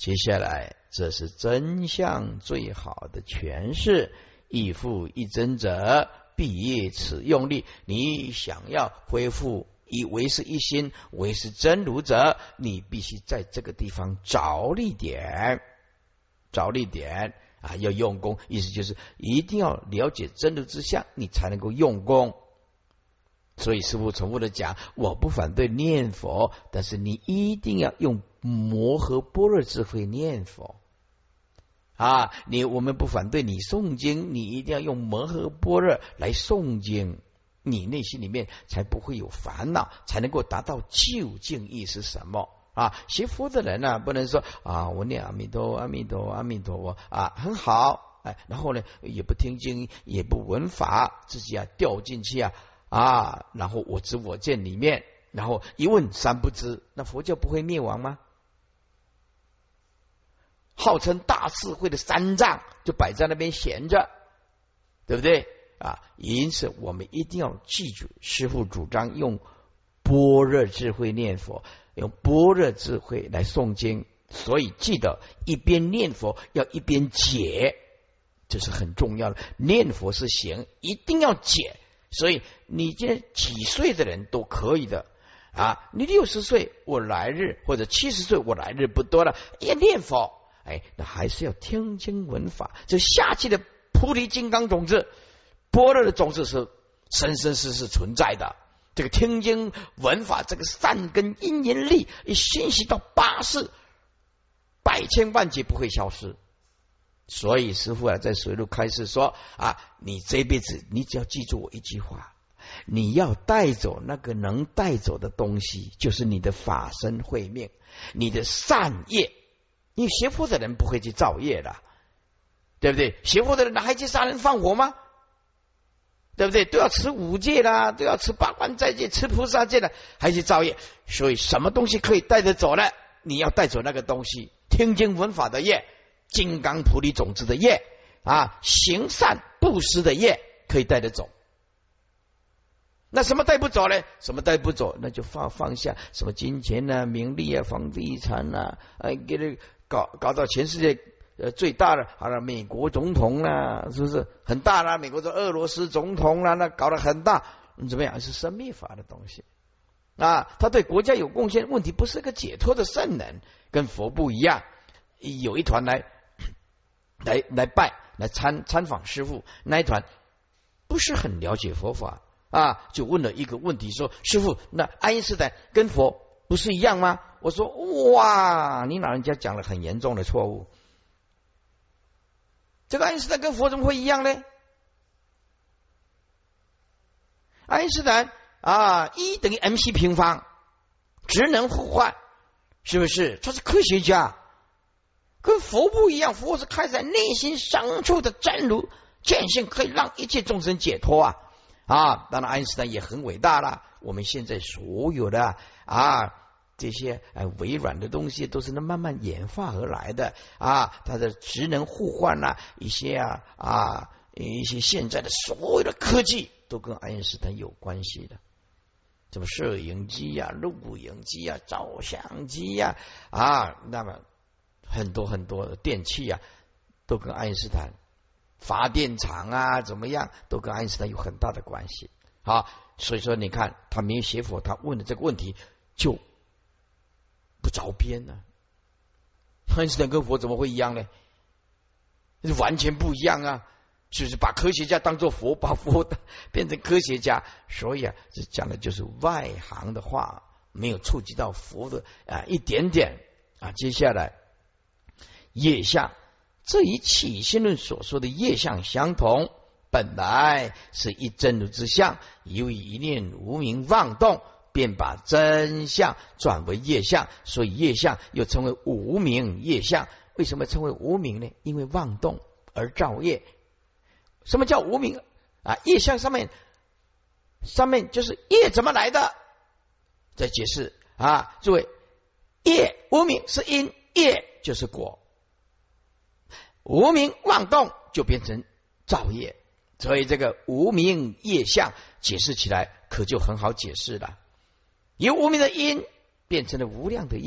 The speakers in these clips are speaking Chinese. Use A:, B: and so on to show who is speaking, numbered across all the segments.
A: 接下来，这是真相最好的诠释。亦复一真者，必以此用力。你想要恢复以为是一心，为是真如者，你必须在这个地方着力点，着力点啊，要用功。意思就是一定要了解真如之相，你才能够用功。所以师父重复的讲，我不反对念佛，但是你一定要用摩诃般若智慧念佛啊！我们不反对你诵经，你一定要用摩诃般若来诵经，你内心里面才不会有烦恼，才能够达到究竟义是什么啊？学佛的人啊，不能说啊，我念阿弥陀阿弥陀阿弥陀佛啊，很好，哎，然后呢也不听经，也不闻法，自己啊掉进去啊，然后我执我见里面，然后一问三不知，那佛教不会灭亡吗？号称大智慧的三藏就摆在那边闲着，对不对啊？因此我们一定要记住，师父主张用般若智慧念佛，用般若智慧来诵经，所以记得一边念佛要一边解，这是很重要的。念佛是行，一定要解。所以你今天几岁的人都可以的啊！你60岁我来日，或者70岁我来日不多了，也念佛，哎，那还是要听经闻法。这下去的菩提金刚种子，般若的种子是生生世世存在的。这个听经闻法，这个善根因缘力，一熏习到八世，百千万劫不会消失。所以师父啊，在水陆开示说啊，你这辈子你只要记住我一句话，你要带走那个能带走的东西，就是你的法身慧命，你的善业。因为学佛的人不会去造业的，对不对？学佛的人哪还去杀人放火吗？对不对？都要持五戒啦，都要持八关斋戒，持菩萨戒的，还去造业。所以什么东西可以带得走呢？你要带走那个东西，听经闻法的业，金刚菩提种子的业啊，行善布施的业可以带得走。那什么带不走呢？什么带不走？那就放下什么金钱啊、名利啊、房地产啊，给你搞到全世界最大的好了，美国总统啦，是不是很大啦？美国的俄罗斯总统啦，那搞得很大，怎么样？是生灭法的东西啊，他对国家有贡献，问题不是个解脱的圣人，跟佛不一样。有一团来拜来参访师父，那一团不是很了解佛法啊，就问了一个问题说：师父，那爱因斯坦跟佛不是一样吗？我说哇，你老人家讲了很严重的错误。这个爱因斯坦跟佛怎么会一样呢？爱因斯坦啊，E 等于 mc 平方，质能互换，是不是？他是科学家，跟佛不一样。佛是开在内心深处的真如见性，可以让一切众生解脱啊！当然，爱因斯坦也很伟大了。我们现在所有的这些微软的东西都是慢慢演化而来的啊，它的职能互换一些一些现在的所有的科技都跟爱因斯坦有关系的，什么摄影机录影机照相机那么很多很多的电器都跟爱因斯坦，发电厂怎么样，都跟爱因斯坦有很大的关系。好，所以说你看他没有学佛，他问的这个问题就不着边呢。爱因斯坦跟佛怎么会一样呢？完全不一样就是把科学家当作佛，把佛变成科学家。所以这讲的就是外行的话，没有触及到佛的一点点接下来业相，这与起信论所说的业相相同，本来是一真如之相，由于一念无明妄动，便把真相转为业相，所以业相又称为无明业相。为什么称为无明呢？因为妄动而造业。什么叫无明业相上面就是业怎么来的？再解释诸位，业无明是因，业就是果，无明妄动就变成造业，所以这个无明业相解释起来可就很好解释了。由无明的因变成了无量的业，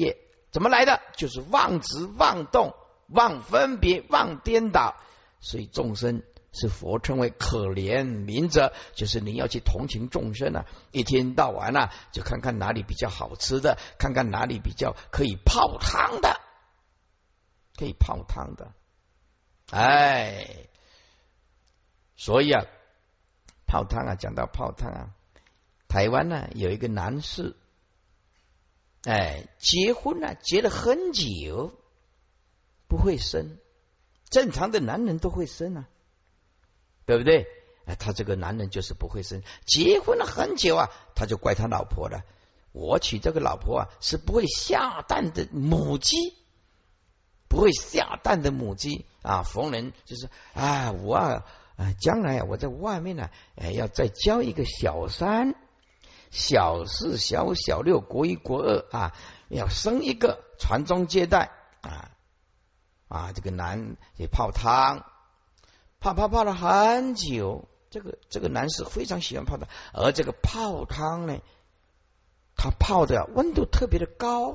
A: 怎么来的？就是妄执、妄动、妄分别、妄颠倒。所以众生是佛称为可怜悯者，就是你要去同情众生啊，一天到晚啊，就看看哪里比较好吃的，看看哪里比较可以泡汤的，可以泡汤的。哎，所以啊，泡汤啊，讲到泡汤啊，台湾呢有一个男士，哎，结婚啊，结了很久，不会生，正常的男人都会生啊，对不对？哎，他这个男人就是不会生，结婚了很久啊，他就怪他老婆了。我娶这个老婆啊，是不会下蛋的母鸡，不会下蛋的母鸡啊。逢人就是啊，我啊，将来我在外面呢，要再交一个小三、小四、小六、国一、国二啊，要生一个传宗接代啊。这个男也泡汤，泡了很久。这个男士非常喜欢泡汤，而这个泡汤呢，他泡的温度特别的高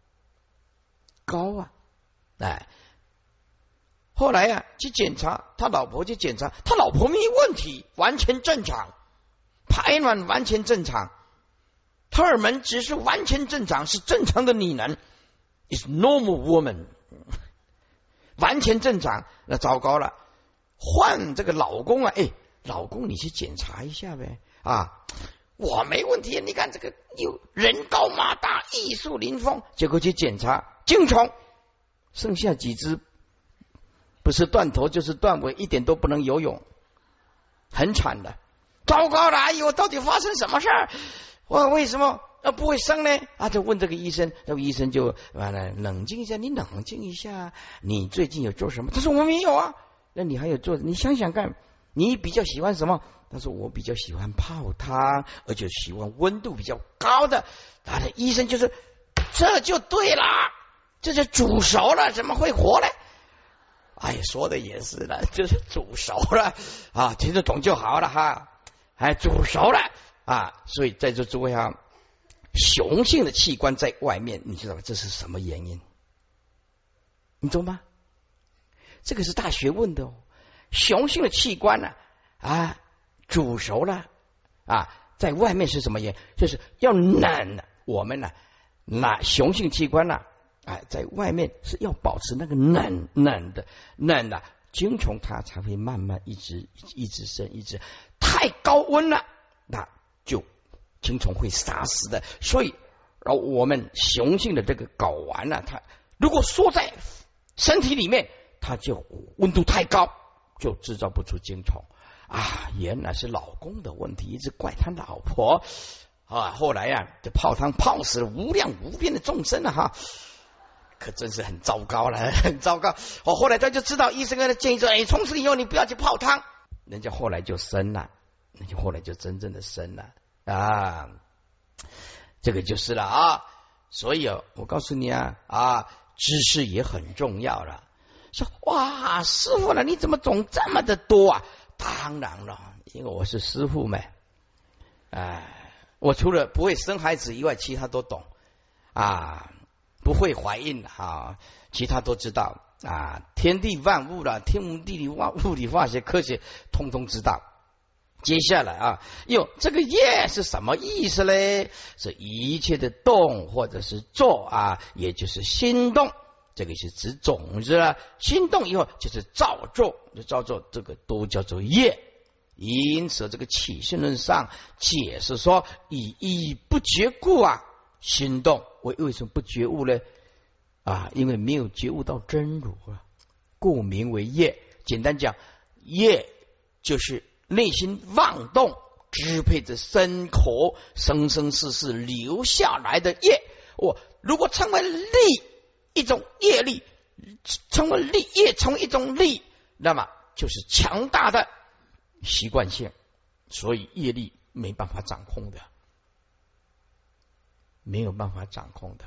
A: 啊，哎，后来啊去检查，他老婆去检查，他老婆没问题，完全正常，排卵完全正常，荷尔蒙只是完全正常，是正常的女人 ，is normal woman， 完全正常。那糟糕了，换这个老公啊，哎，老公你去检查一下呗啊。我没问题，你看这个有人高马大，玉树临风，结果去检查精虫，剩下几只不是断头就是断尾，一点都不能游泳，很惨的，糟糕了！哎呦，到底发生什么事儿？我为什么不会生呢？啊，就问这个医生，那个医生就完了，冷静一下，你冷静一下，你最近有做什么？他说我没有啊，那你还有做？你想想看，你比较喜欢什么？他说我比较喜欢泡汤，而且喜欢温度比较高的。他的医生就是这就对了，这就煮熟了，怎么会活呢？哎，说的也是了，就是煮熟了啊，听得懂就好了哈。哎，煮熟了啊，所以在这诸位哈，雄性的器官在外面，你知道这是什么原因？你懂吗？这个是大学问的哦。雄性的器官呢啊煮熟了啊，在外面是什么原因？就是要冷，我们呢那雄性器官呢在外面是要保持那个冷的精虫，它才会慢慢一直生，太高温了，那就精虫会杀死的。所以我们雄性的这个睾丸呢，它如果缩在身体里面，它就温度太高，就制造不出精虫啊。原来是老公的问题，一直怪他老婆啊。后来啊，就泡汤泡死了无量无边的众生了哈。可真是很糟糕了，很糟糕。后来他就知道，医生跟他建议说：“哎，从此以后你不要去泡汤。”人家后来就生了，人家后来就真正的生了啊。这个就是了啊。所以我告诉你知识也很重要了。说哇，师傅了，你怎么懂这么的多啊？当然了，因为我是师傅嘛。我除了不会生孩子以外，其他都懂啊。不会怀孕其他都知道天地万物了，天文地理物理化学科学通通知道。接下来这个业是什么意思嘞？是一切的动或者是作也就是心动，这个是指种子了。心动以后就是造作，这个都叫做业。因此这个起信论上解释说，以不觉故心动。为什么不觉悟呢？因为没有觉悟到真如故名为业。简单讲，业就是内心妄动，支配着身口生生世世留下来的业。如果称为力，一种业力，称为力，业成为一种力，那么就是强大的习惯性，所以业力没办法掌控的，没有办法掌控的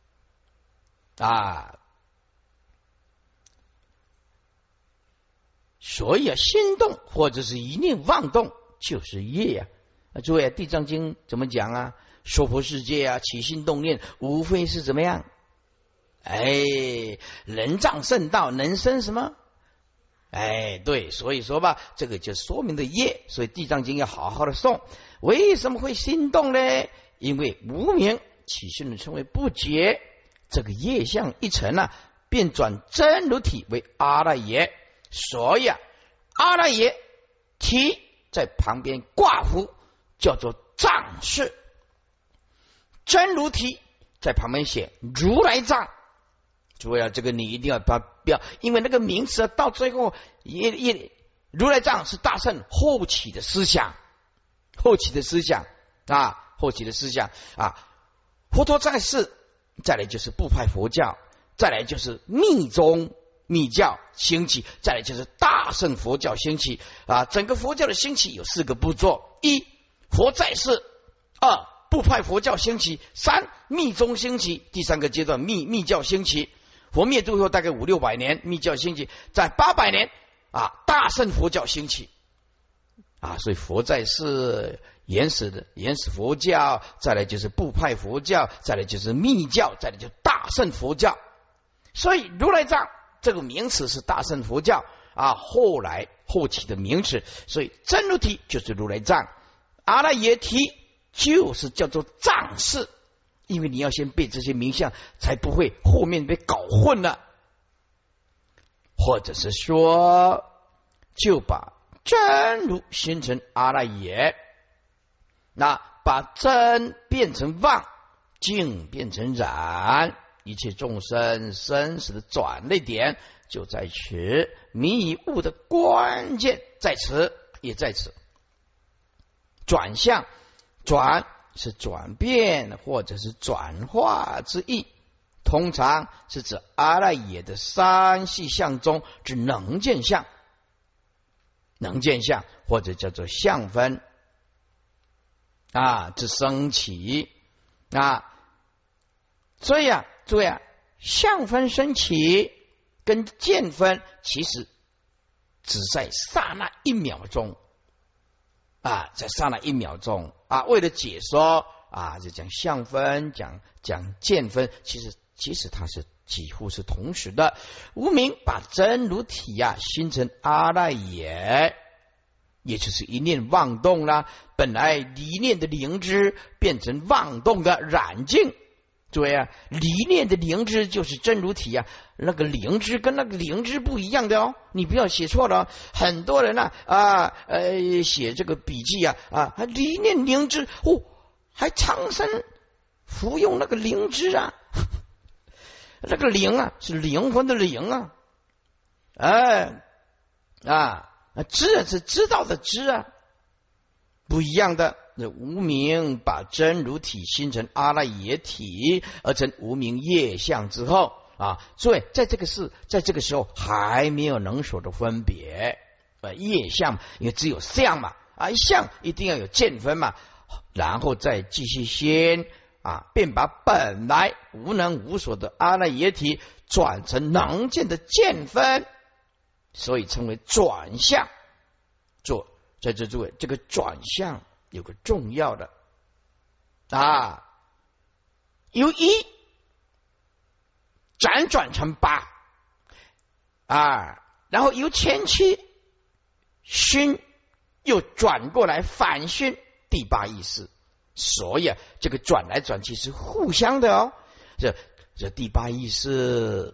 A: 所以心动或者是一念妄动就是业诸位地藏经怎么讲说佛世界起心动念无非是怎么样人障圣道能生什么？对，所以说吧，这个就说明的业，所以地藏经要好好的诵。为什么会心动呢？因为无明起心的称为不觉，这个业相一成便转真如体为阿赖耶。所以阿赖耶体在旁边挂符，叫做藏式；真如体在旁边写如来藏。诸位这个你一定要不要，因为那个名词到最后如来藏是大圣后起的思想，后起的思想。佛陀在世，再来就是部派佛教，再来就是密宗密教兴起，再来就是大乘佛教兴起。整个佛教的兴起有4个步骤：一、佛在世；二、部派佛教兴起；三、密宗兴起。第3个阶段密教兴起。佛灭度后大概500-600年，密教兴起，在800年大乘佛教兴起。所以佛在世，原始佛教，再来就是部派佛教，再来就是密教，再来就是大乘佛教。所以如来藏这个名词是大乘佛教后起的名词，所以真如体就是如来藏，阿赖耶体就是叫做藏式。因为你要先背这些名相，才不会后面被搞混了。或者是说，就把真如形成阿赖耶，那把真变成妄，净变成染，一切众生生死的转捩点就在此，迷悟的关键在此，也在此。转向，转是转变或者是转化之意，通常是指阿赖耶的3细相中之能见相，或者叫做相分之升起所以诸位相分升起跟见分其实只在刹那1秒钟在刹那1秒钟为了解说就讲相分，讲见分，其实它是几乎是同时的。无明把真如体形成阿赖耶，也就是一念妄动啦，本来离念的灵知变成妄动的染净。诸位离念的灵知就是真如体那个灵知跟那个灵知不一样的哦，你不要写错了很多人写这个笔记离念灵知还长生服用那个灵知那个灵是灵魂的灵知是知道的知不一样的。无明把真如体形成阿赖耶体，而成无明业相之后所以在这个时候还没有能所的分别业相，因为只有相嘛相一定要有见分嘛，然后再继续先便把本来无能无所的阿赖耶体转成能见的见分，所以称为转相。在这诸位，这个转相有个重要的由1辗转成8然后由前期熏又转过来反熏第8意识，所以这个转来转去是互相的哦。这第8意识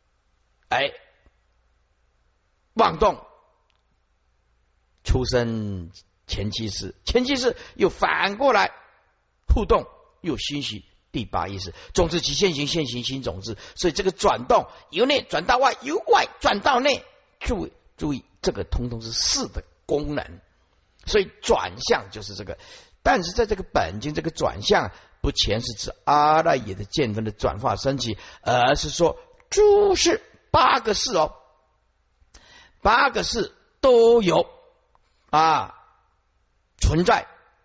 A: 妄动出生前期识，前期识又反过来互动又熏习第8意识，种子即现行，现行新种子。所以这个转动由内转到外，由外转到内，注意这个通通是4的功能，所以转向就是这个。但是在这个本经这个转向不全是指阿赖耶的见分的转化升起，而是说诸事8个事8个事都有存在，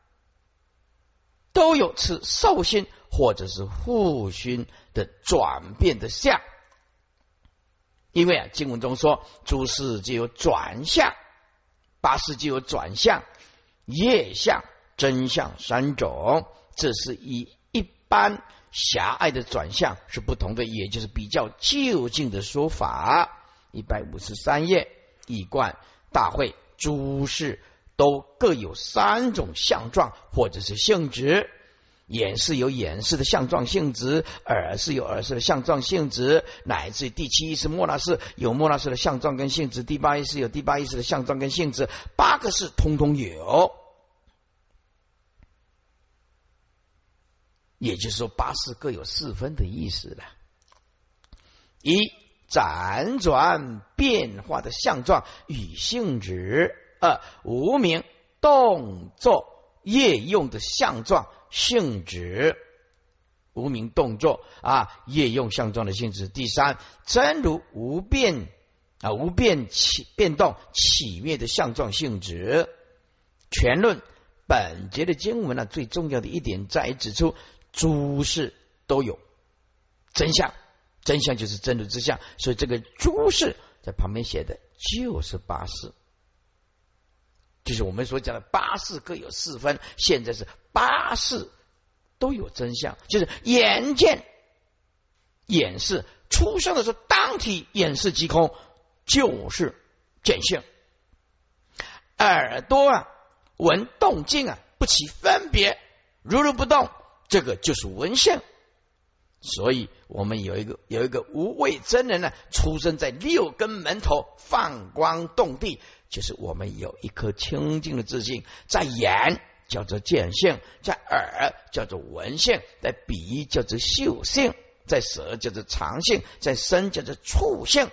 A: 都有此受心或者是互熏的转变的相。因为经文中说诸事皆有转向，8事皆有转向、业相、真相3种，这是以一般般狭隘的转向是不同的，也就是比较究竟的说法。153页，易观大会诸事都各有3种相状或者是性质。眼是有眼识的相状性质，耳是有耳识的相状性质，乃至第7意识莫那识有莫那识的相状跟性质，第8意识有第8意识的相状跟性质，8个是通通有。也就是说，8识各有4分的意思了。一、辗转变化的相状与性质；二、无明动作业用的相状性质，无明动作业用相状的性质。第三，真如无变无变变动起灭的相状性质。全论本节的经文最重要的一点在于指出诸事都有真相，真相就是真如之相，所以这个诸事在旁边写的就是8识，就是我们所讲的8识各有4分，现在是8识都有真相，就是眼见眼识出生的时候，当体眼识即空，就是见性；耳朵闻动静不起分别，如如不动，这个就是闻性。所以我们有一个无畏真人出生在6根门头，放光动地，就是我们有一颗清净的自信，在眼叫做见性，在耳叫做闻性，在鼻叫做嗅性，在舌叫做尝性，在身叫做触性。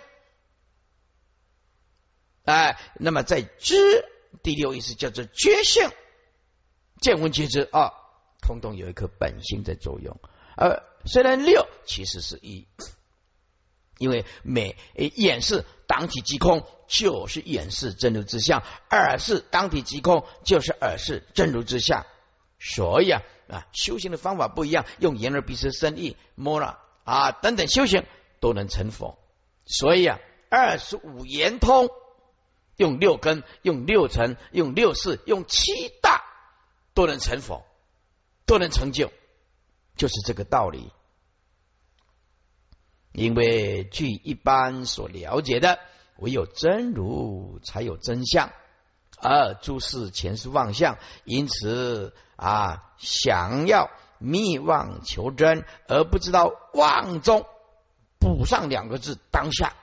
A: 那么在知第6意识叫做觉性，见闻觉知通通有一颗本性在作用。虽然6其实是1，因为眼是当体即空，就是眼是真如之相；耳是当体即空，就是耳是真如之相。所以修行的方法不一样，用眼耳鼻舌身意摸了等等修行都能成佛。所以25圆通，用6根，用6尘，用6识，用7大都能成佛，都能成就，就是这个道理。因为据一般所了解的，唯有真如才有真相，而诸事全是妄象，因此想要密妄求真，而不知道妄中补上2个字当下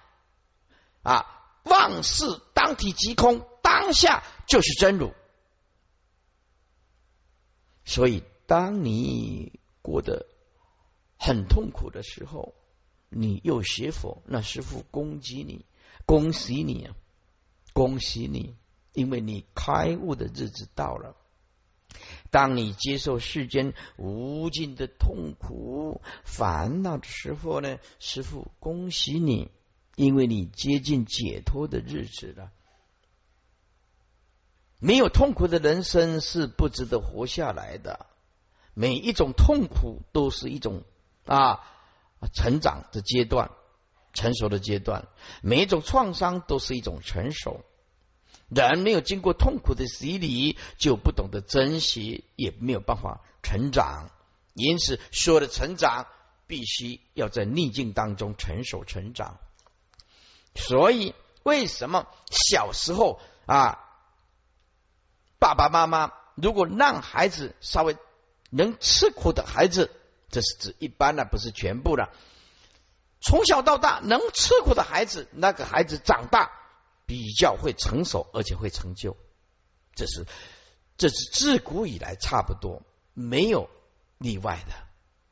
A: 妄事当体即空，当下就是真如。所以当你过得很痛苦的时候，你又学佛，那师父恭喜你，恭喜你，恭喜你，因为你开悟的日子到了。当你接受世间无尽的痛苦烦恼的时候呢，师父恭喜你，因为你接近解脱的日子了。没有痛苦的人生是不值得活下来的，每一种痛苦都是一种成长的阶段，成熟的阶段，每一种创伤都是一种成熟。人没有经过痛苦的洗礼，就不懂得珍惜，也没有办法成长。因此所有的成长必须要在逆境当中成熟成长。所以为什么小时候爸爸妈妈如果让孩子稍微能吃苦的孩子，这是指一般不是全部的，从小到大能吃苦的孩子，那个孩子长大比较会成熟，而且会成就。这是自古以来差不多，没有例外的，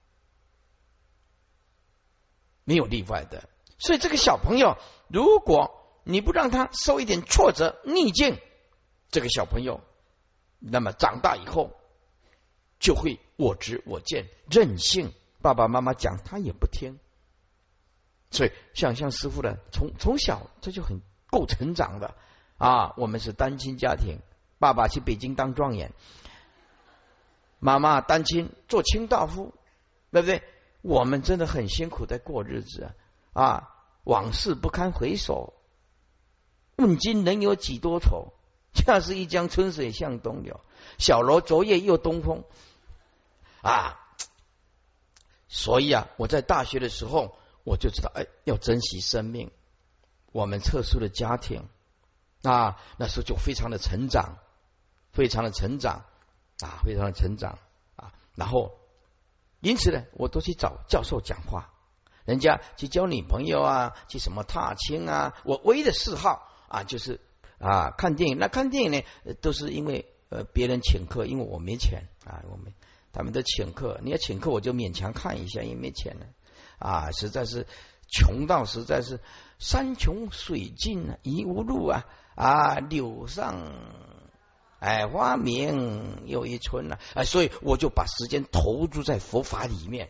A: 没有例外的。所以这个小朋友，如果你不让他受一点挫折逆境，这个小朋友那么长大以后就会我执我见任性，爸爸妈妈讲他也不听。所以像师父的从小这就很够成长的我们是单亲家庭，爸爸去北京当状元，妈妈单亲做清道夫，对不对？我们真的很辛苦在过日子往事不堪回首，问今能有几多愁，恰是一江春水向东流，小楼昨夜又东风所以啊，我在大学的时候我就知道，要珍惜生命。我们特殊的家庭啊，那时候就非常的成长，非常的成长啊，非常的成长啊。然后因此呢，我都去找教授讲话，人家去交女朋友啊，去什么踏青啊。我唯一的嗜好啊，就是啊看电影。那看电影呢，都是因为别人请客，因为我没钱啊，他们都请客，你要请客我就勉强看一下，因为没钱了啊，实在是穷到实在是山穷水尽啊，疑无路啊啊，柳上花明又一村了所以我就把时间投注在佛法里面，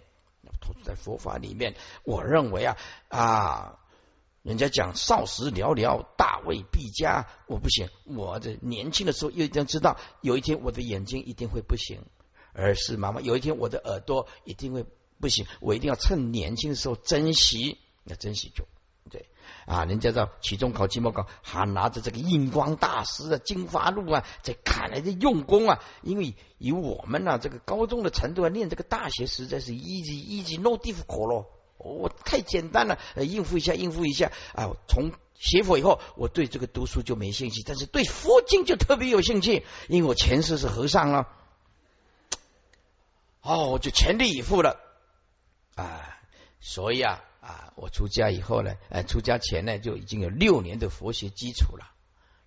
A: 我认为人家讲少时寥寥，大未必佳。我不行，我这年轻的时候一定知道，有一天我的眼睛一定会不行，而是妈妈有一天我的耳朵一定会不行，我一定要趁年轻的时候珍惜，要珍惜就对啊。人家到期中考、期末考，还拿着这个印光大师啊、经发录啊，在看来的用功啊。因为以我们这个高中的程度念这个大学实在是 easy no difficult 咯。我太简单了，应付一下啊！从学佛以后，我对这个读书就没兴趣，但是对佛经就特别有兴趣，因为我前世是和尚了，我就全力以赴了所以我出家以后呢，出家前呢就已经有6年的佛学基础了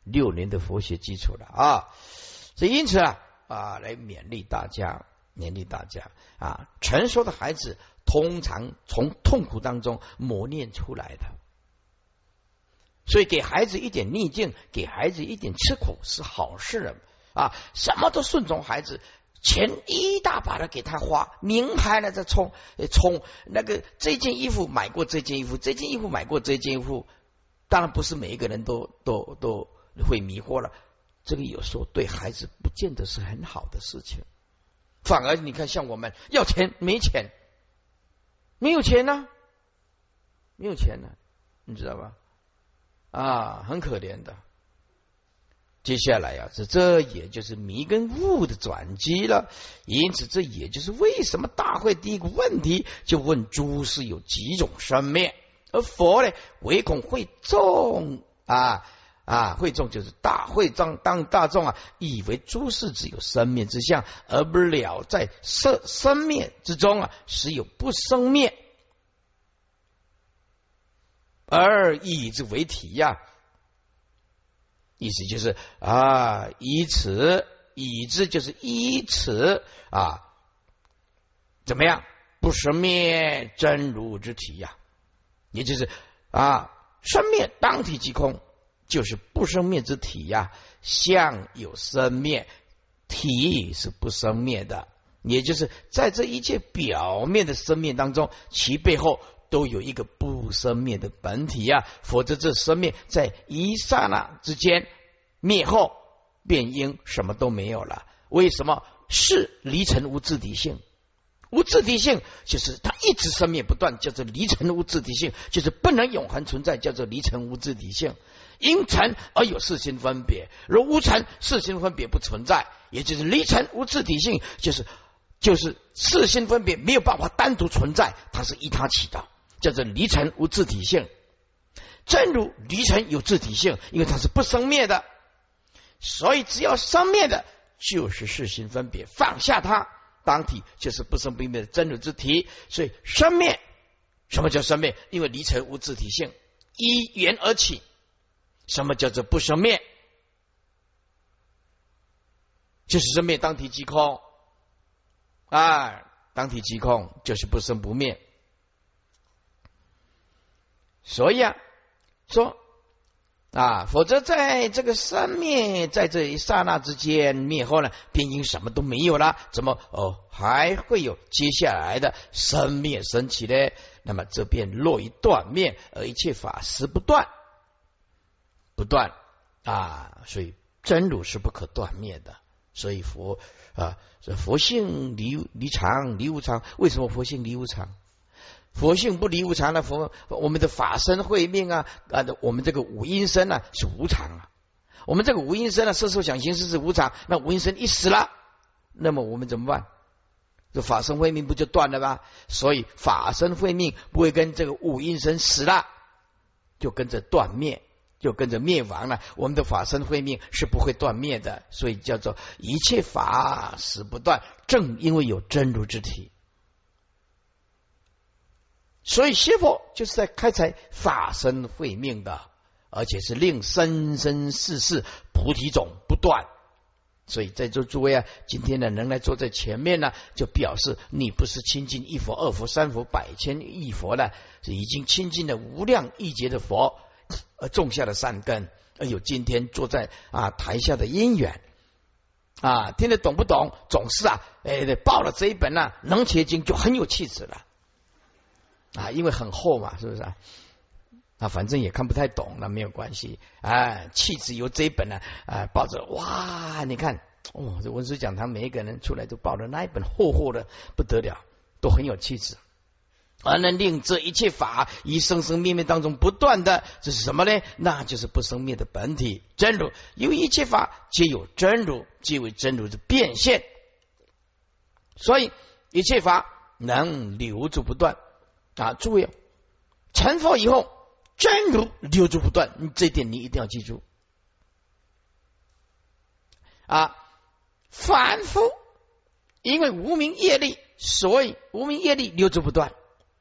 A: 所以因此来勉励大家成熟的孩子通常从痛苦当中磨练出来的，所以给孩子一点逆境，给孩子一点吃苦是好事什么都顺从孩子，钱一大把的给他花，名牌呢再冲那个这件衣服买过这件衣服，这件衣服买过这件衣服，当然不是每一个人都会迷惑了，这个有时候对孩子不见得是很好的事情。反而你看，像我们要钱没钱，没有钱呢，你知道吧？很可怜的。接下来这也就是迷跟悟的转机了。因此，这也就是为什么大会第一个问题就问诸事有几种生灭，而佛呢，唯恐会众会众就是大会当大众以为诸事只有生灭之相，而不了在生灭之中实有不生灭，而以之为体意思就是以之就是依此怎么样不生灭真如之体也就是生灭当体即空，就是不生灭之体相有生灭，体是不生灭的，也就是在这一切表面的生灭当中，其背后都有一个不生灭的本体否则这生灭在一刹那之间灭后，便应什么都没有了。为什么？是离尘无自体性，无自体性就是它一直生灭不断，叫做离尘无自体性，就是不能永恒存在，叫做离尘无自体性。因尘而有四心分别，如无尘，四心分别不存在，也就是离尘无自体性，就是四心分别没有办法单独存在，它是依他起的，叫做离尘无自体性。真如离尘有自体性，因为它是不生灭的，所以只要生灭的就是四心分别，放下它当体就是不生不灭的真如之体。所以生灭，什么叫生灭？因为离尘无自体性，依缘而起。什么叫做不生灭？就是生灭当体即空当体即空就是不生不灭。所以说否则在这个生灭在这一刹那之间灭后呢，便应什么都没有了，怎么还会有接下来的生灭升起呢？那么这便落于断灭，而一切法实不断所以真如是不可断灭的。所以佛性离常离无常。为什么佛性离无常？佛性不离无常呢？我们的法身慧命我们这个五阴身是无常我们这个五阴身色受想行识是无常，那五阴身一死了，那么我们怎么办？ 这法身慧命不就断了吗？所以法身慧命不会跟这个五阴身死了，就跟着断灭，就跟着灭亡了。我们的法身慧命是不会断灭的，所以叫做一切法死不断，正因为有真如之体。所以学佛就是在开采法身慧命的，而且是令生生世世菩提种不断。所以在座诸位啊，今天呢能来坐在前面呢，就表示你不是亲近一佛、二佛、三佛、百千亿佛了，是已经亲近了无量亿劫的佛，而种下了善根，而有今天坐在台下的因缘啊，听得懂不懂？总是报了这一本能结经就很有气质了啊，因为很厚嘛，是不是反正也看不太懂，那没有关系气质由这一本抱着哇，你看这文殊讲堂每一个人出来都抱着那一本厚厚的不得了，都很有气质，而能令这一切法以生生灭灭当中不断的，这是什么呢？那就是不生灭的本体真如，因为一切法皆有真如，皆为真如的变现，所以一切法能留住不断诸位成佛以后真如留住不断，这一点你一定要记住凡夫因为无明业力，所以无明业力留住不断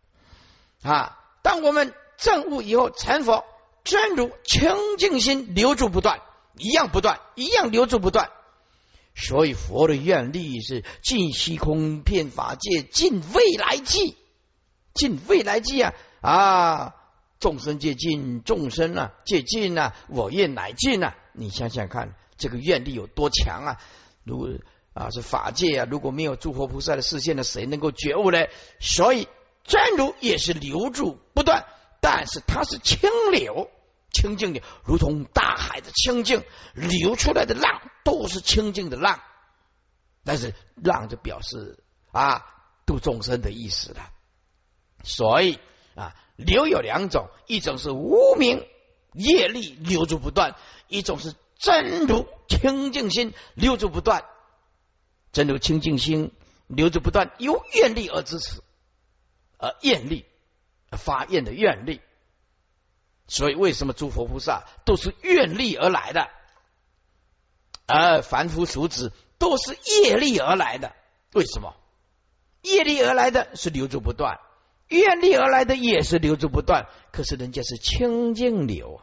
A: 当我们证悟以后成佛，真如清净心留住不断，一样不断，一样留住不断。所以佛的愿力是尽虚空遍法界，尽未来际，尽未来际众生界尽，众生界尽我愿乃尽你想想看，这个愿力有多强如果是法界如果没有诸佛菩萨的示现谁能够觉悟呢？所以真如也是留住不断，但是它是清流，清净流，如同大海的清净，流出来的浪都是清净的浪，但是浪就表示度众生的意思了。所以流有两种，一种是无明业力留住不断，一种是真如清净心留住不断。真如清净心留住不断，由愿力而支持，愿力发愿的愿力。所以为什么诸佛菩萨都是愿力而来的，而凡夫俗子都是业力而来的？为什么？业力而来的是留住不断，愿力而来的也是留住不断，可是人家是清净流。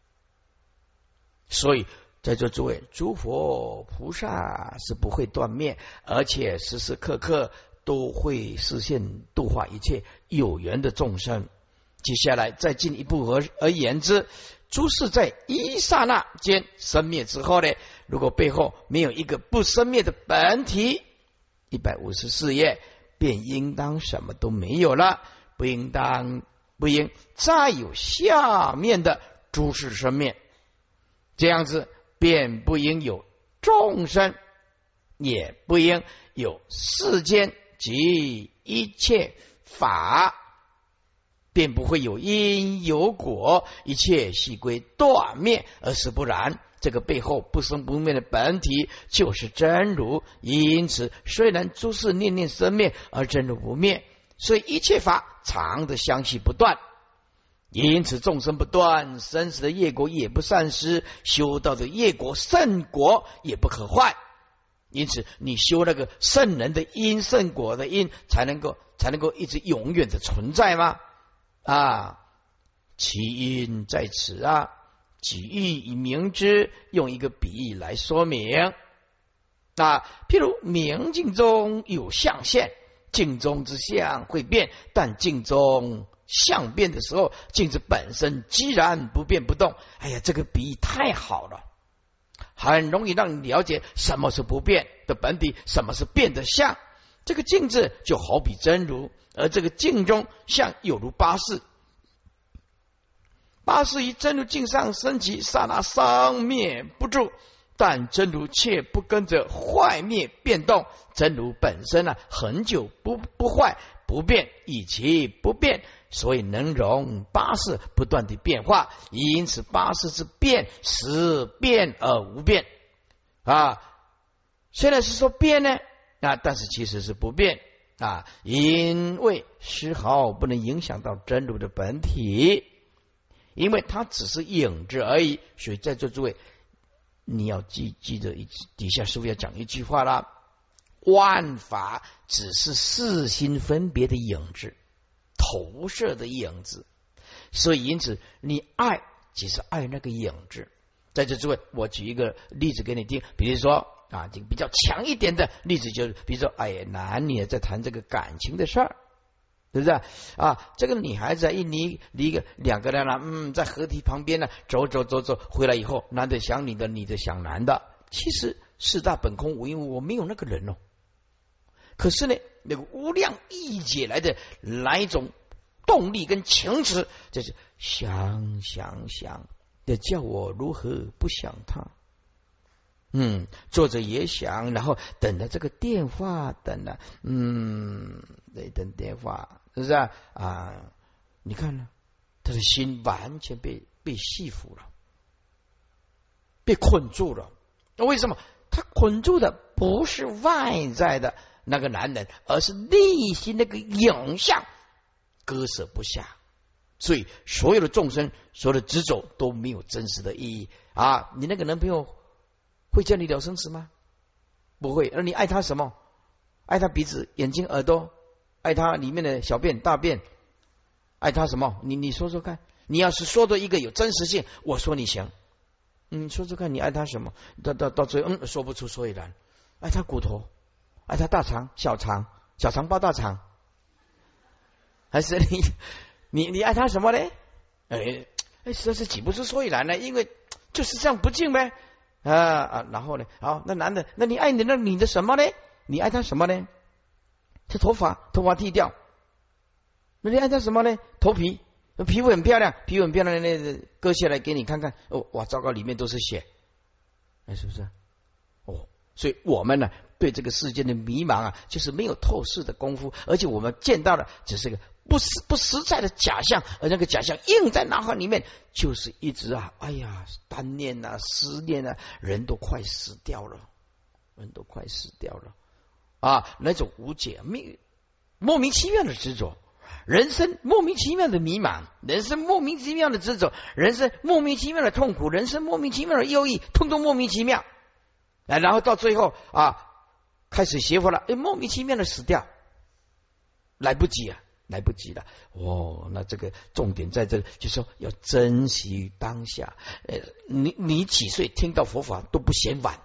A: 所以在座诸位，诸佛菩萨是不会断灭，而且时时刻刻都会实现度化一切有缘的众生。接下来再进一步而言之，诸事在一刹那间生灭之后呢，如果背后没有一个不生灭的本体，154页便应当什么都没有了，不应再有下面的诸事生灭，这样子便不应有众生，也不应有世间及一切法，便不会有因有果，一切悉归断灭，而是不然。这个背后不生不灭的本体就是真如，因此虽然诸事念念生灭，而真如不灭，所以一切法常的相续不断。因此众生不断，生死的业果也不散失，修道的业果圣果也不可坏。因此你修那个圣人的因，圣果的因，才能够一直永远的存在吗？其因在此举喻以明之，用一个比喻来说明譬如明镜中有相现，镜中之相会变，但镜中相变的时候，镜子本身既然不变不动。这个比喻太好了，很容易让你了解什么是不变的本体，什么是变的相。这个镜子就好比真如，而这个镜中相有如八识，八识于真如镜上升起，刹那生灭不住，但真如却不跟着坏灭变动。真如本身很久不坏不变，以其不变，所以能容八识不断的变化。因此八识之变是变而无变虽然是说变呢但是其实是不变啊，因为丝毫不能影响到真如的本体，因为它只是影子而已。所以在座诸位，你要记得底下师父要讲一句话啦：万法只是四心分别的影子，投射的影子。所以因此你爱只是爱那个影子。在这诸位，我举一个例子给你听，比如说啊，这个比较强一点的例子就是，比如说，哎，男女在谈这个感情的事儿，对不对啊？这个女孩子两个人呢，在河堤旁边呢，走，回来以后，男的想女的，女的想男的，其实四大本空无一物，我没有那个人哦。可是呢，那个无量义解来的哪一种动力跟情执，就是想，要叫我如何不想他？坐着也想，然后等着这个电话，等电话，是不是啊？你看呢，他的心完全被束缚了，被困住了。为什么？他捆住的不是外在的那个男人，而是内心那个影像，割舍不下。所以所有的众生，所有的执着都没有真实的意义啊！你那个男朋友会叫你了生死吗？不会。而你爱他什么？爱他鼻子、眼睛、耳朵，爱他里面的小便、大便，爱他什么？你说说看。你要是说的一个有真实性，我说你行。说说看，你爱他什么？到最后，说不出所以然。爱他骨头，爱他大肠、小肠、小肠包大肠，还是你爱他什么呢？实在是挤不出所以然呢，因为就是这样不敬呗。然后呢？好，那男的，那你爱你的什么呢？你爱他什么呢？这头发剃掉。那你爱他什么呢？头皮，皮肤很漂亮，那割下来给你看看。哇，糟糕，里面都是血，是不是？所以我们呢，对这个世界的迷茫啊，就是没有透视的功夫，而且我们见到的只是个不实在的假象，而那个假象印在脑海里面，就是一直单念思念人都快死掉了那种无解，莫名其妙的执着，人生莫名其妙的迷茫，人生莫名其妙的执着，人生莫名其妙的痛苦，人生莫名其妙的忧郁，通通莫名其妙。然后到最后开始学佛了，莫名其妙的死掉，来不及了。那这个重点在这里，就是说要珍惜当下。你几岁听到佛法都不嫌晚，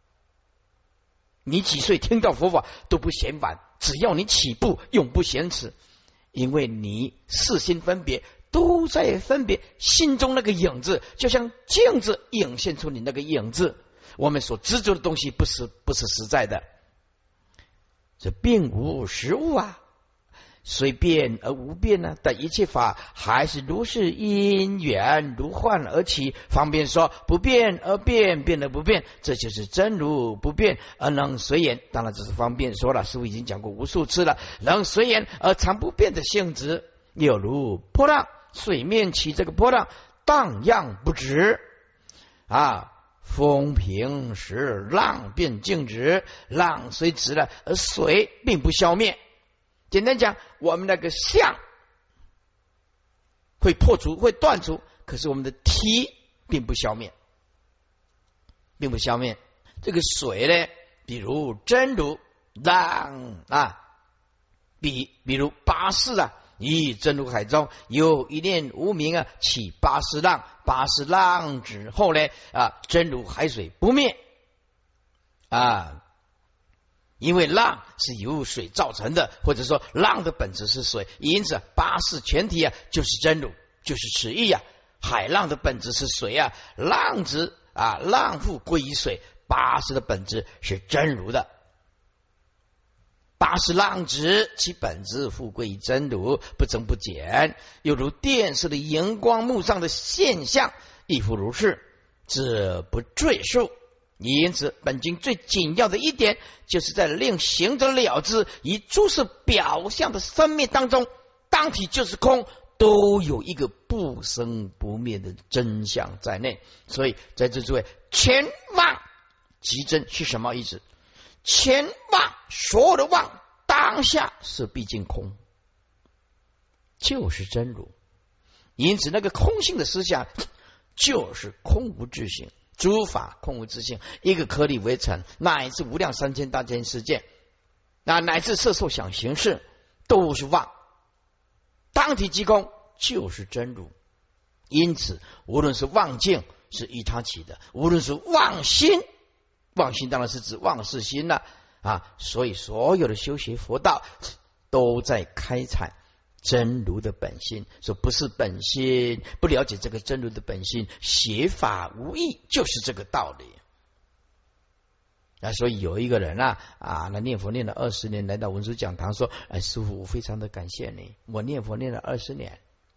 A: 只要你起步，永不嫌迟，因为你四心分别，都在分别心中那个影子，就像镜子映现出你那个影子。我们所执着的东西不是实在的，这并无实物啊，虽变而无变呢，但一切法还是如是因缘如幻而起。方便说不变而变，变而不变，这就是真如不变而能随缘。当然这是方便说了，师父已经讲过无数次了，能随缘而常不变的性质，有如波浪，水面起这个波浪，荡漾不止风平时浪变静止，浪虽止了，而水并不消灭。简单讲，我们那个相会破除，会断除，可是我们的体并不消灭。这个水呢，比如真如浪比如八识以真如海中有一念无明起八识浪，八识浪止后呢真如海水不灭因为浪是由水造成的，或者说浪的本质是水，因此八识全体就是真如，就是此意海浪的本质是水浪子浪复归于水，八识的本质是真如的。八识浪止，其本质复归于真如，不增不减，犹如电视的荧光幕上的现象，亦复如是，这不赘述。因此本经最紧要的一点，就是在令行者了知，以诸事表象的生灭当中，当体就是空，都有一个不生不灭的真相在内。所以在这诸位，全妄即真是什么意思？全妄，所有的妄，当当下是毕竟空，就是真如。因此那个空性的思想就是空无自性，诸法空无自性，一个颗粒为尘，乃至无量三千大千世界，乃至色受想行识都是妄，当体即空，就是真如。因此无论是妄境是依他起的，无论是妄心，妄心当然是指妄事心了所以所有的修学佛道都在开采真如的本心，说不是本心，不了解这个真如的本心，学法无益，就是这个道理。所以有一个人那念佛念了20年，来到文殊讲堂说：“师父，我非常的感谢你，我念佛念了20年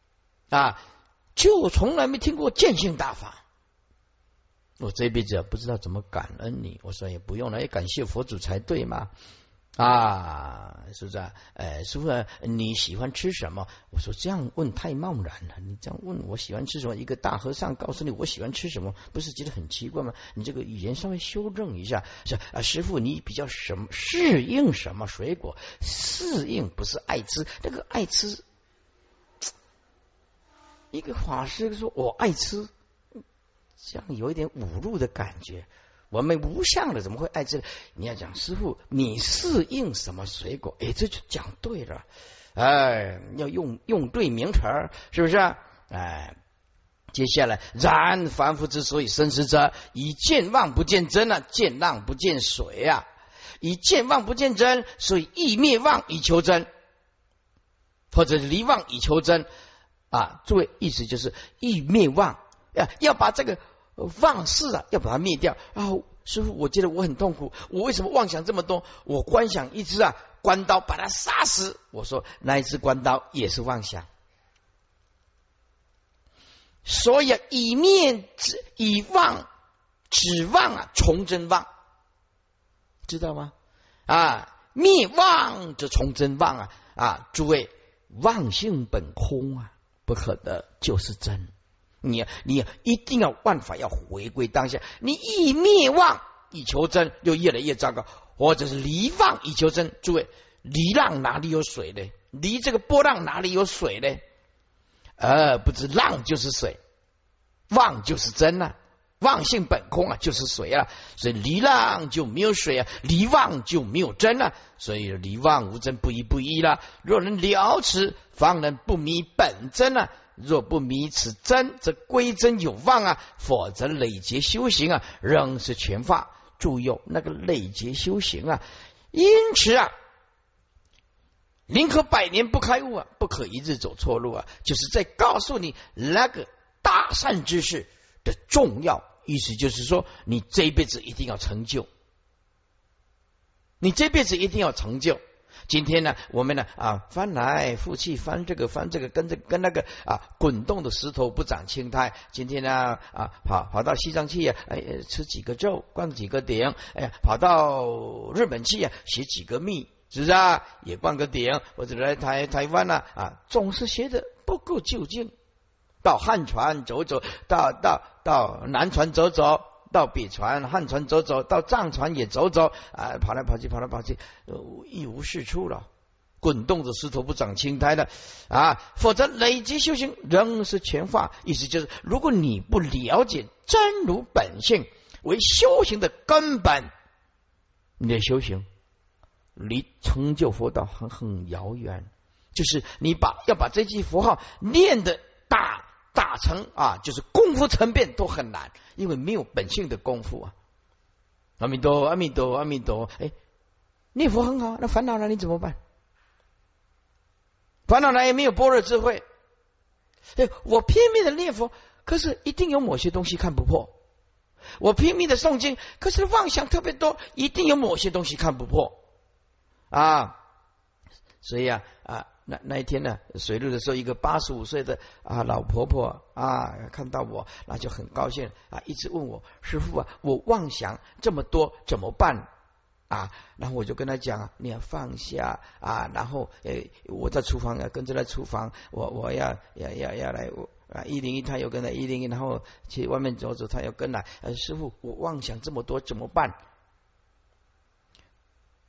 A: 就从来没听过见性大法，我这辈子不知道怎么感恩你。”我说也不用了，也感谢佛祖才对嘛。是不是师父你喜欢吃什么？我说这样问太贸然了，你这样问我喜欢吃什么，一个大和尚告诉你我喜欢吃什么，不是觉得很奇怪吗？你这个语言稍微修正一下，是师父你比较什么适应什么水果？适应不是爱吃，那个爱吃，一个法师说我爱吃，这样有一点侮辱的感觉。我们无相的怎么会爱吃？你要讲师父你适应什么水果，这就讲对了。要用对名词，是不是接下来然凡夫之所以生死者，以见妄不见真见浪不见水以见妄不见真，所以意灭妄以求真，或者离妄以求真诸位，意思就是意灭妄，要把这个妄事要把它灭掉师父我觉得我很痛苦，我为什么妄想这么多？我观想一只关刀把它杀死，我说那一只关刀也是妄想。所以以妄指妄从真妄，知道吗？灭妄则从真妄诸位，妄性本空不可得，就是真。你一定要万法要回归当下，你以灭妄以求真，就越来越糟糕。或者是离妄以求真，诸位，离浪哪里有水呢？离这个波浪哪里有水呢？不知浪就是水，妄就是真妄性本空就是水所以离浪就没有水离妄就没有真所以离妄无真，不依不依了。若能了此，方能不迷本真若不迷此真，则归真有望否则累劫修行仍是全法。注意那个累劫修行因此宁可百年不开悟不可一日走错路就是在告诉你那个大善之事的重要。意思就是说，你这一辈子一定要成就，你这辈子一定要成就。今天呢，我们呢翻来覆去，翻这个翻这个，跟那个滚动的石头不长青苔。今天呢跑到西藏去吃几个咒，灌几个顶，跑到日本去写几个密，是不是也灌个顶？或者来台湾总是学的不够究竟。到汉传走走，到南传走走，到北传汉传走走，到藏传也走走跑来跑去一无是处了。滚动的石头不长青苔的否则累积修行仍是全法。意思就是，如果你不了解真如本性为修行的根本，你的修行离成就佛道很遥远。就是你要把这句佛号念的大成就是功夫成变都很难，因为没有本性的功夫阿弥陀阿弥陀阿弥陀。念佛很好，那烦恼了你怎么办？烦恼了也没有般若智慧。我拼命的念佛，可是一定有某些东西看不破。我拼命的诵经，可是妄想特别多，一定有某些东西看不破所以那一天呢，水路的时候，一个85岁的老婆婆看到我，那就很高兴一直问我，师父我妄想这么多怎么办然后我就跟他讲你要放下然后我在厨房跟着在厨房，我要来101，他又跟来101，然后去外面走走，他又跟来师父我妄想这么多怎么办？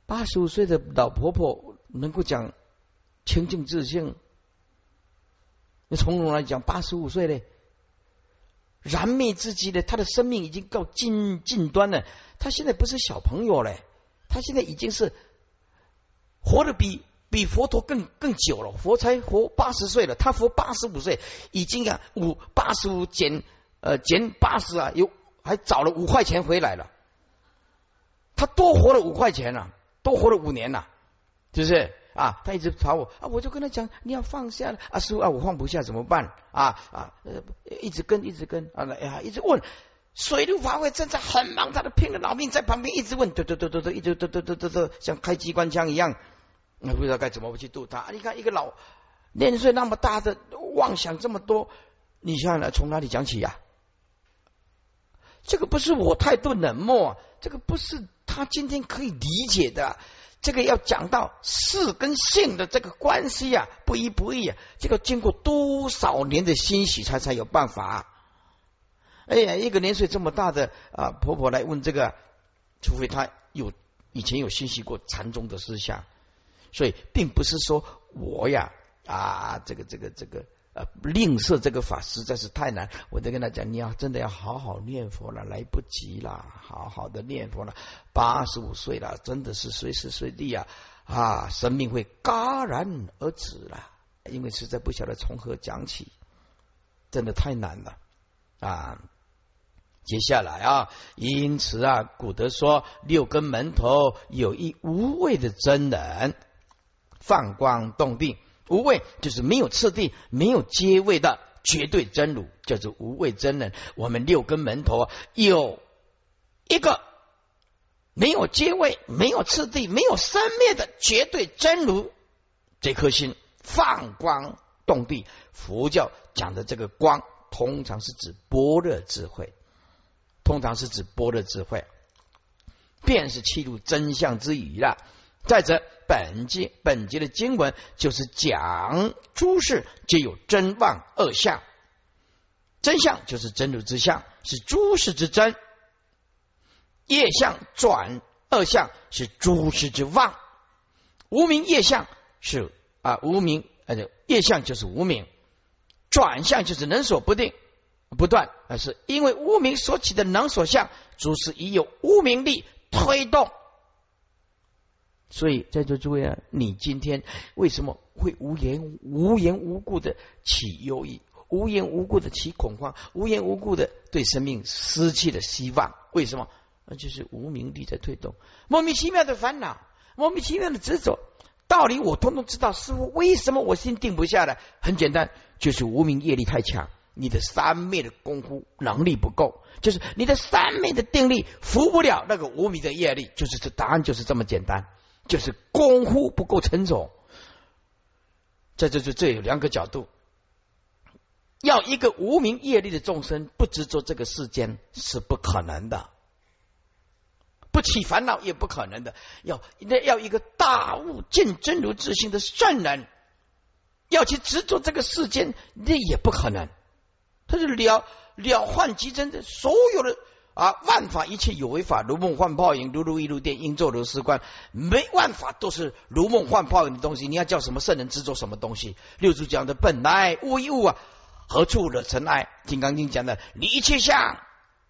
A: 85岁的老婆婆能够讲清净自性，那从容来讲85岁嘞，燃灭之极的，他的生命已经到尽端了。他现在不是小朋友嘞，他现在已经是活得比佛陀更久了。佛才活80岁了，他活85岁，已经啊85减80啊，还找了5块钱回来了。他多活了5块钱了，多活了5年了，是不是啊？他一直吵我啊，我就跟他讲，你要放下了啊，师父啊，我放不下怎么办一直跟啊，一直问。水陆法会正在很忙，他的拼了老命在旁边一直问，一直像开机关枪一样，那不知道该怎么去度他。你看一个老年岁那么大的妄想这么多，你想想从哪里讲起呀？这个不是我态度冷漠，这个不是他今天可以理解的。这个要讲到事跟性的这个关系啊，不一不异啊，这个经过多少年的欣喜才有办法。哎呀，一个年岁这么大的婆婆来问这个，除非她以前有欣喜过禅宗的思想，所以并不是说我呀这个吝啬这个法实在是太难。我就跟他讲，你要真的要好好念佛了，来不及了，好好的念佛了。85岁了，真的是随时随地生命会戛然而止了，因为实在不晓得从何讲起，真的太难了接下来因此古德说6根门头有一无畏的真人，放光动地。无畏就是没有次第、没有阶位的绝对真如，叫做无畏真人。我们6根门头有一个没有阶位、没有次第、没有生灭的绝对真如，这颗心放光动地。佛教讲的这个光，通常是指般若智慧，便是契入真相之语了。再者，本节的经文就是讲诸事皆有真妄二相，真相就是真如之相，是诸事之真；业相转二相是诸事之妄。无明业相是无明，业相就是无明，转相就是能所不定不断，是因为无明所起的能所相，诸事已有无明力推动。所以在座诸位你今天为什么会无缘无故的起忧郁，无缘无故的起恐慌，无缘无故的对生命失去了希望？为什么？那就是无明力在推动，莫名其妙的烦恼，莫名其妙的执着。道理我通通知道，师父为什么我心定不下来？很简单，就是无明业力太强，你的三昧的功夫能力不够，就是你的三昧的定力服不了那个无明的业力，就是这答案就是这么简单，就是功夫不够沉重。这有2个角度，要一个无明业力的众生不执着这个世间是不可能的，不起烦恼也不可能的。要一个大悟见真如自性的圣人，要去执着这个世间，那也不可能。他是了幻即真的所有的万法一切有为法，如梦幻泡影，如露亦如电，应作如是观。没万法都是如梦幻泡影的东西，你要叫什么圣人执着什么东西？六祖讲的本来无一物何处惹尘埃？金刚经讲的离一切相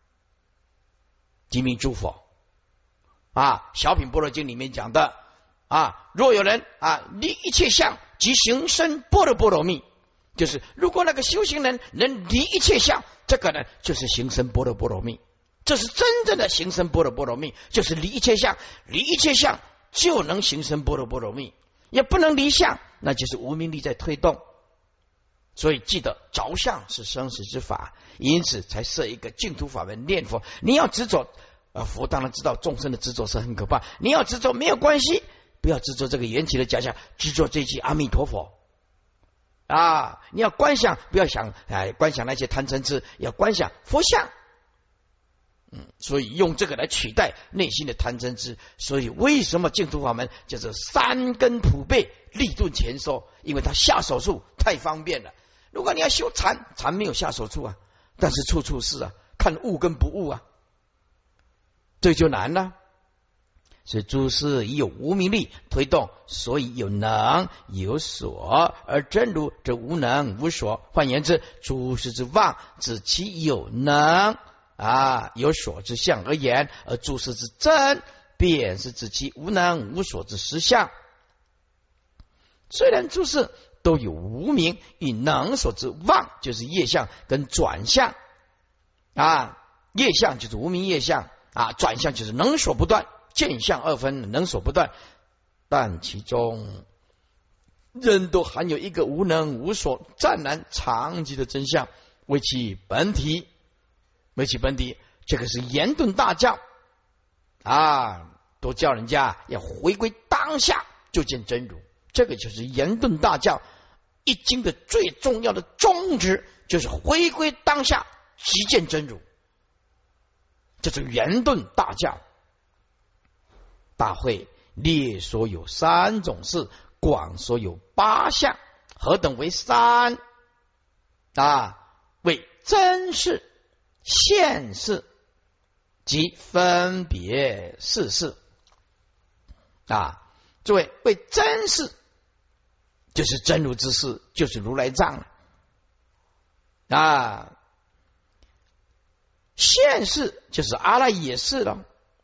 A: 即名诸佛小品般若经里面讲的若有人离一切相即行深般若波罗蜜，就是如果那个修行人能离一切相，这个人就是行深般若波罗蜜。这是真正的行深般若波罗蜜，就是离一切相，离一切相就能行深般若波罗蜜。也不能离相，那就是无明力在推动。所以记得着相是生死之法，因此才设一个净土法门念佛。你要执着佛当然知道众生的执着是很可怕，你要执着没有关系，不要执着这个缘起的假象，执着这句阿弥陀佛你要观想，不要想观想那些贪嗔痴，要观想佛像。所以用这个来取代内心的贪嗔痴。所以为什么净土法门叫做三根普被，利钝前收？因为它下手处太方便了。如果你要修禅没有下手处但是处处是看悟跟不悟这就难了。 所以诸事已有无明力推动，所以有能有所，而真如则无能无所。换言之，诸事之妄指其有能有所之相而言，而诸事之真便是指其无能无所之实相。虽然诸事都有无明与能所之妄，就是业相跟转相业相就是无明业相转相就是能所不断，见相二分，能所不断，但其中仍都含有一个无能无所湛然长寂的真相，为其本体。这个是严顿大教都叫人家要回归当下就见真如。这个就是严顿大教一经的最重要的宗旨，就是回归当下即见真如。这是严顿大教。大会列说有3种事，广说有8项，何等为3？为真事、现事及分别事事。诸位，为真事就是真如之事，就是如来藏现事就是阿赖耶识了，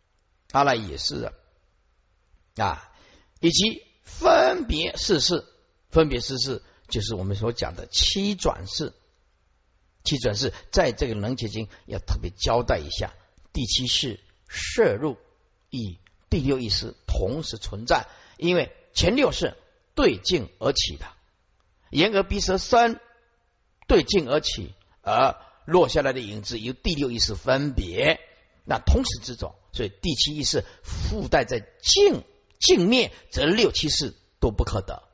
A: 以及分别事事，就是我们所讲的七转事。在这个楞伽经要特别交代一下，第7识摄入与第6意识同时存在，因为前6识对境而起的，眼耳鼻舌身对境而起，而落下来的影子由第6意识分别，那同时之种，所以第7意识附带在境灭，则6、7识都不可得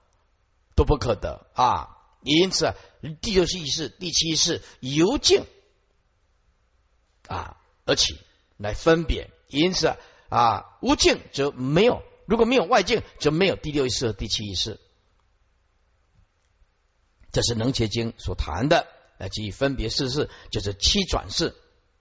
A: 因此第6意识、第7意识由境而起来分别，因此无境则没有，如果没有外境，则没有第6意识和第7意识。这是楞伽经所谈的即分别事事，就是七转事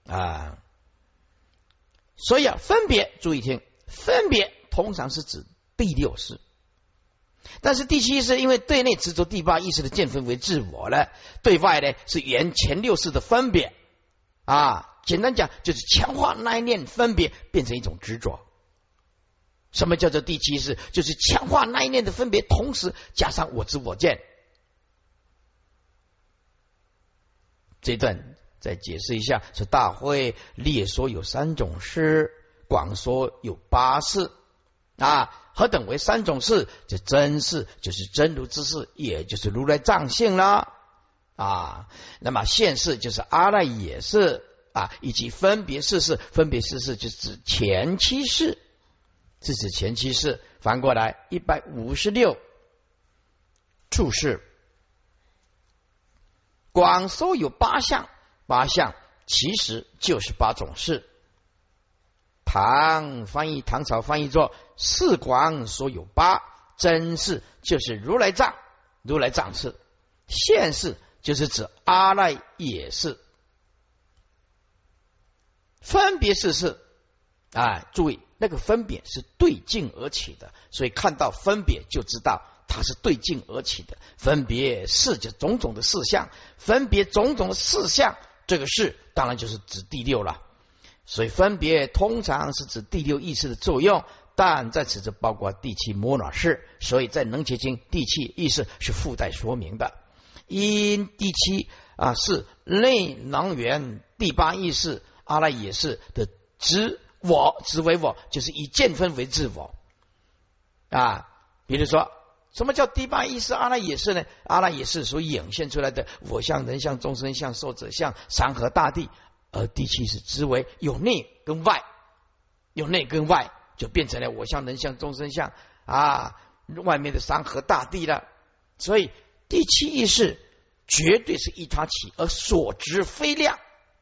A: 所以分别，注意听，分别通常是指第6识，但是第7意识因为对内执着第8意识的见分为自我了，对外呢是原前6识的分别简单讲就是强化那一念分别变成一种执着。什么叫做第7意识？就是强化那一念的分别，同时加上我知我见。这一段再解释一下，是大会列说有3种事，广说有8事何等为3种事？这真事就是真如之事，也就是如来藏性啦那么现事就是阿赖耶识以及分别事事，分别事事就是指前7识，是指前7识。翻过来156处事广说有8项，8项其实就是8种事。唐朝翻译作四广说有8，真事就是如来藏事，现事就是指阿赖耶识，分别事事注意那个分别是对境而起的，所以看到分别就知道它是对境而起的。分别事就种种的事项，分别种种的事项，这个事当然就是指第6了。所以分别通常是指第6意识的作用，但在此就包括第7摩那识，所以在楞伽经第7意识是附带说明的。因第7是内能源第8意识阿赖耶识的执为我，就是以见分为自我比如说什么叫第8意识阿赖耶识呢？阿赖耶识所显现出来的我相、人相、众生相、寿者相、山河大地，而第7是执为有内跟外，就变成了我相、人相、众生相外面的山河大地了。所以第7意识绝对是依他起，而所执非量，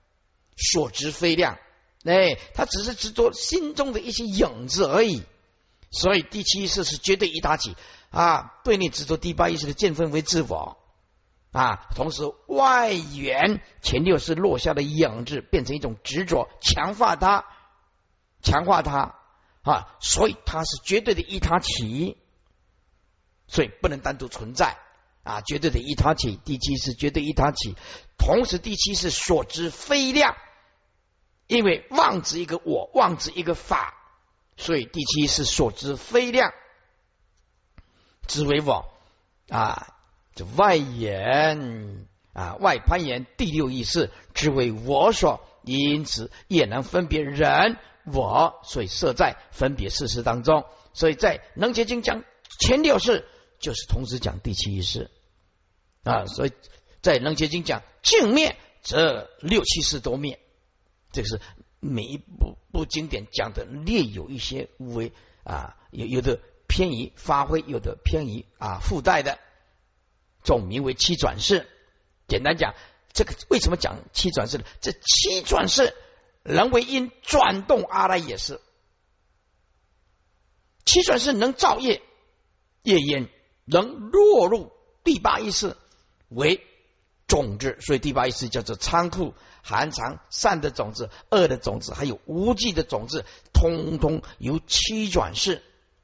A: 它只是执着心中的一些影子而已。所以第7意识是绝对依他起对内执着第8意识的见分为自我同时外缘前6识落下的影子变成一种执着，强化它啊，所以它是绝对的一他起，所以不能单独存在啊，绝对的一他起。第七是绝对一他起，同时第七是所知非量，因为妄指一个我，妄指一个法，所以第七是所知非量，知为我啊，这外延啊，外攀岩第六意识知为我所，因此也能分别人我，所以设在分别事实当中。所以在能结经讲前六识，就是同时讲第七意识啊。所以在能结经讲净灭，则六七识都灭。这个是每一部经典讲的略有一些为啊，有的偏移发挥，有的偏移啊附带的，总名为七转世。简单讲，这个为什么讲七转世呢？这七转世人为因转动阿赖耶识，七转世能造业，业因能落入第八意识为种子，所以第八意识叫做仓库，含藏善的种子、恶的种子，还有无记的种子，通通由七转世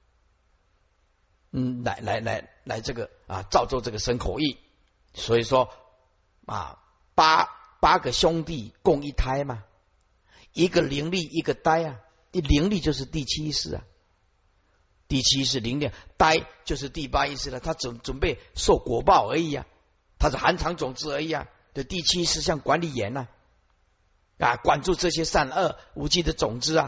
A: 来这个啊造就这个身口意。所以说啊，八个兄弟共一胎嘛，一个灵力一个呆啊，灵力就是第七意识啊，第七意识灵力，呆就是第八意识了，他准备受果报而已啊，他是含藏种子而已啊。这第七意识像管理员啊，管住这些善恶无记的种子啊。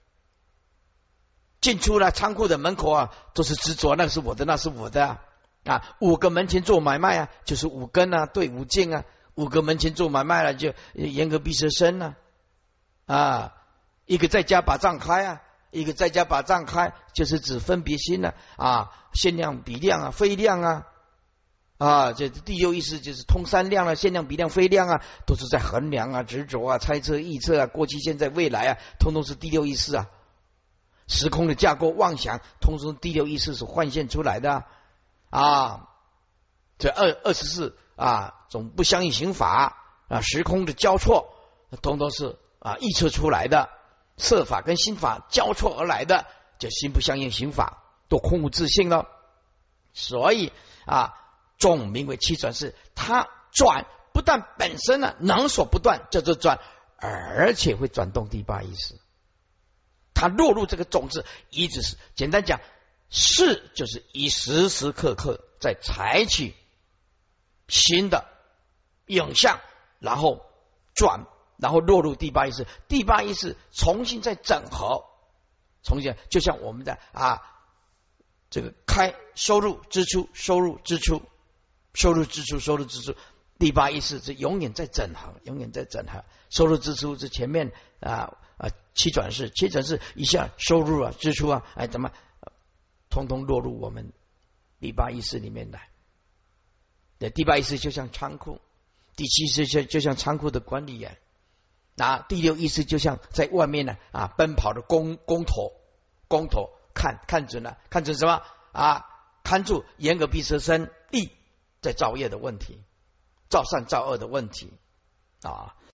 A: 进出了仓库的门口啊，都是执着，那是我的，那是我的啊。五个门前做买卖啊，就是五根啊，对五境啊。五个门前做买卖了，就严格闭塞身啊。一个在家把账开啊，一个在家把账开，就是指分别心啊，限量比量啊，非量啊，这第六意识就是通三量啊，限量比量非量啊，都是在衡量啊、执着啊、猜测、臆测啊，过去、现在、未来啊，通通是第六意识啊。时空的架构妄想，通通第六意识所幻现出来的啊。这24种不相应刑法啊，时空的交错，通通是臆测出来的，色法跟心法交错而来的，就心不相应刑法都空无自性了。所以总名为七转世，它转不但本身能所不断叫做转，而且会转动第八意识。它落入这个种子，一直是简单讲，是就是以时时刻刻在采取新的影像，然后转，然后落入第八意识，第八意识重新再整合，重新就像我们的这个开收入支出，收入支出，收入支出，收入支出，第八意识是永远在整合，永远在整合。收入支出是前面七转世，七转世一下收入支出怎么通通落入我们第八意识里面来。第八意识就像仓库，第七意识就像仓库的管理员，第六意识就像在外面奔跑的工头，看准了，看准什么看住严格闭塞身意在造业的问题，造善造恶的问题